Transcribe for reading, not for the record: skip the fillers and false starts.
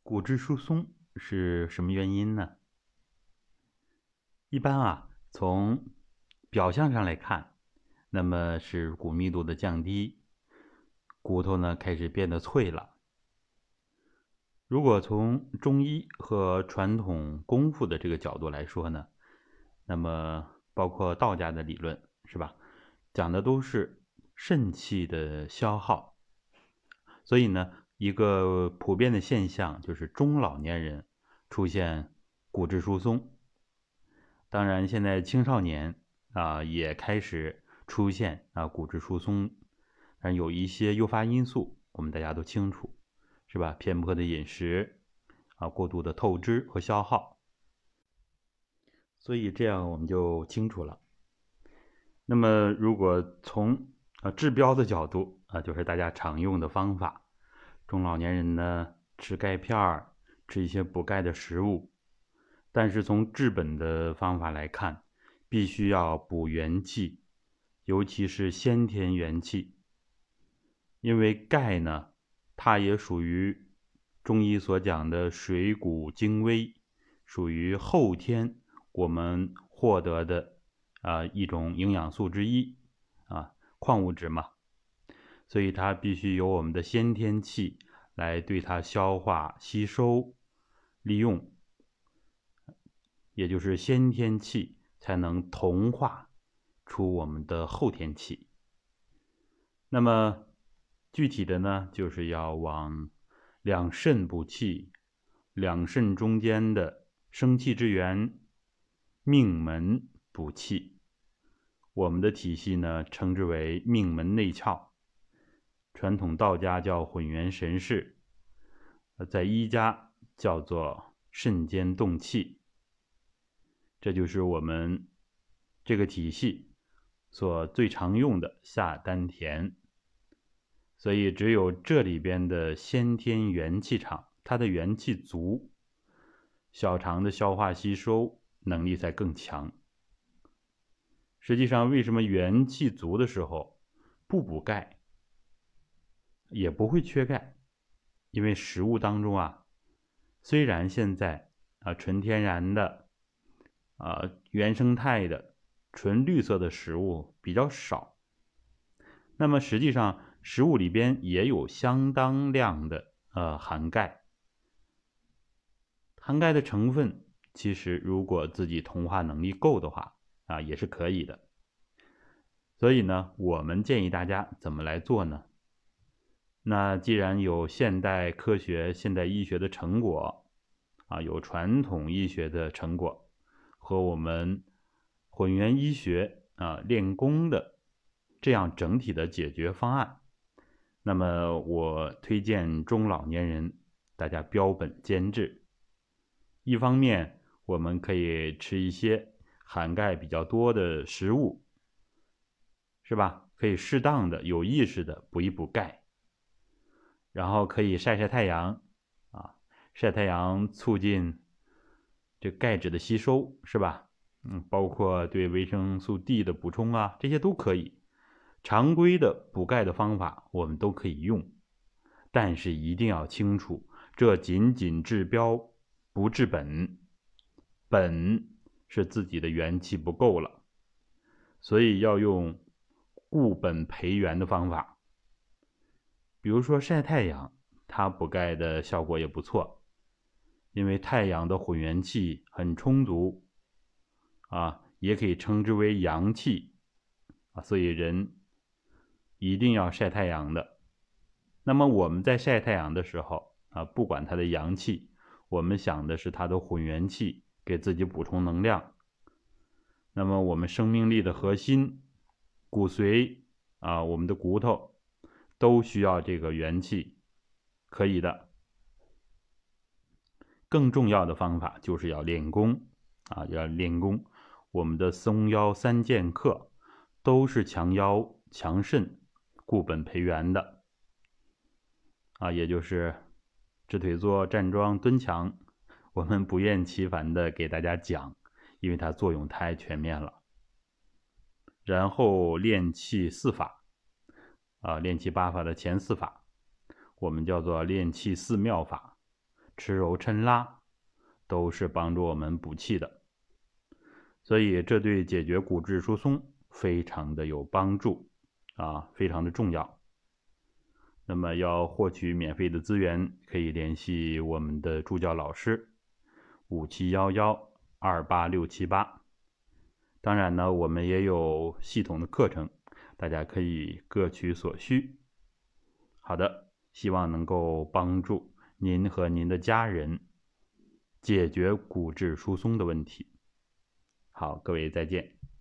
骨质疏松是什么原因呢？一般从表象上来看，那么是骨密度的降低，骨头呢开始变得脆了。如果从中医和传统功夫的这个角度来说呢，那么包括道家的理论是吧，讲的都是肾气的消耗。所以呢，一个普遍的现象就是中老年人出现骨质疏松。当然，现在青少年也开始出现骨质疏松，但有一些诱发因素，我们大家都清楚，是吧？偏颇的饮食过度的透支和消耗，所以这样我们就清楚了。那么，如果从治标的角度就是大家常用的方法，中老年人呢吃钙片儿，吃一些补钙的食物。但是从治本的方法来看，必须要补元气，尤其是先天元气。因为钙呢，它也属于中医所讲的水谷精微，属于后天我们获得的一种营养素之一矿物质嘛，所以它必须由我们的先天气来对它消化、吸收、利用。也就是先天气才能同化出我们的后天气。那么具体的呢，就是要往两肾补气，两肾中间的生气之源命门补气。我们的体系呢，称之为命门内窍，传统道家叫混元神式，在医家叫做肾间动气。这就是我们这个体系所最常用的下丹田。所以只有这里边的先天元气场，它的元气足，小肠的消化吸收能力才更强。实际上为什么元气足的时候不补钙也不会缺钙？因为食物当中虽然现在纯天然的原生态的纯绿色的食物比较少，那么实际上食物里边也有相当量的含钙。含钙的成分其实如果自己同化能力够的话也是可以的。所以呢，我们建议大家怎么来做呢？那既然有现代科学、现代医学的成果有传统医学的成果和我们混元医学练功的这样整体的解决方案，那么我推荐中老年人大家标本兼治。一方面我们可以吃一些含钙比较多的食物，是吧？可以适当的有意识的补一补钙，然后可以晒晒太阳晒太阳促进这钙质的吸收，是吧？包括对维生素 D 的补充这些都可以。常规的补钙的方法我们都可以用，但是一定要清楚，这仅仅治标不治本，本是自己的元气不够了，所以要用固本培元的方法。比如说晒太阳，它补钙的效果也不错，因为太阳的混元气很充足也可以称之为阳气所以人一定要晒太阳的。那么我们在晒太阳的时候不管它的阳气，我们想的是它的混元气，给自己补充能量。那么我们生命力的核心骨髓我们的骨头都需要这个元气，可以的。更重要的方法就是要练功要练功。我们的松腰三剑客都是强腰强肾固本培元的也就是直腿坐、站桩、蹲墙，我们不厌其烦的给大家讲，因为它作用太全面了。然后练气四法练气八法的前四法我们叫做练气四妙法， 吃揉抻拉，都是帮助我们补气的。所以这对解决骨质疏松非常的有帮助啊，非常的重要。那么要获取免费的资源，可以联系我们的助教老师5711-28678。当然呢，我们也有系统的课程，大家可以各取所需。好的，希望能够帮助您和您的家人解决骨质疏松的问题。好，各位再见。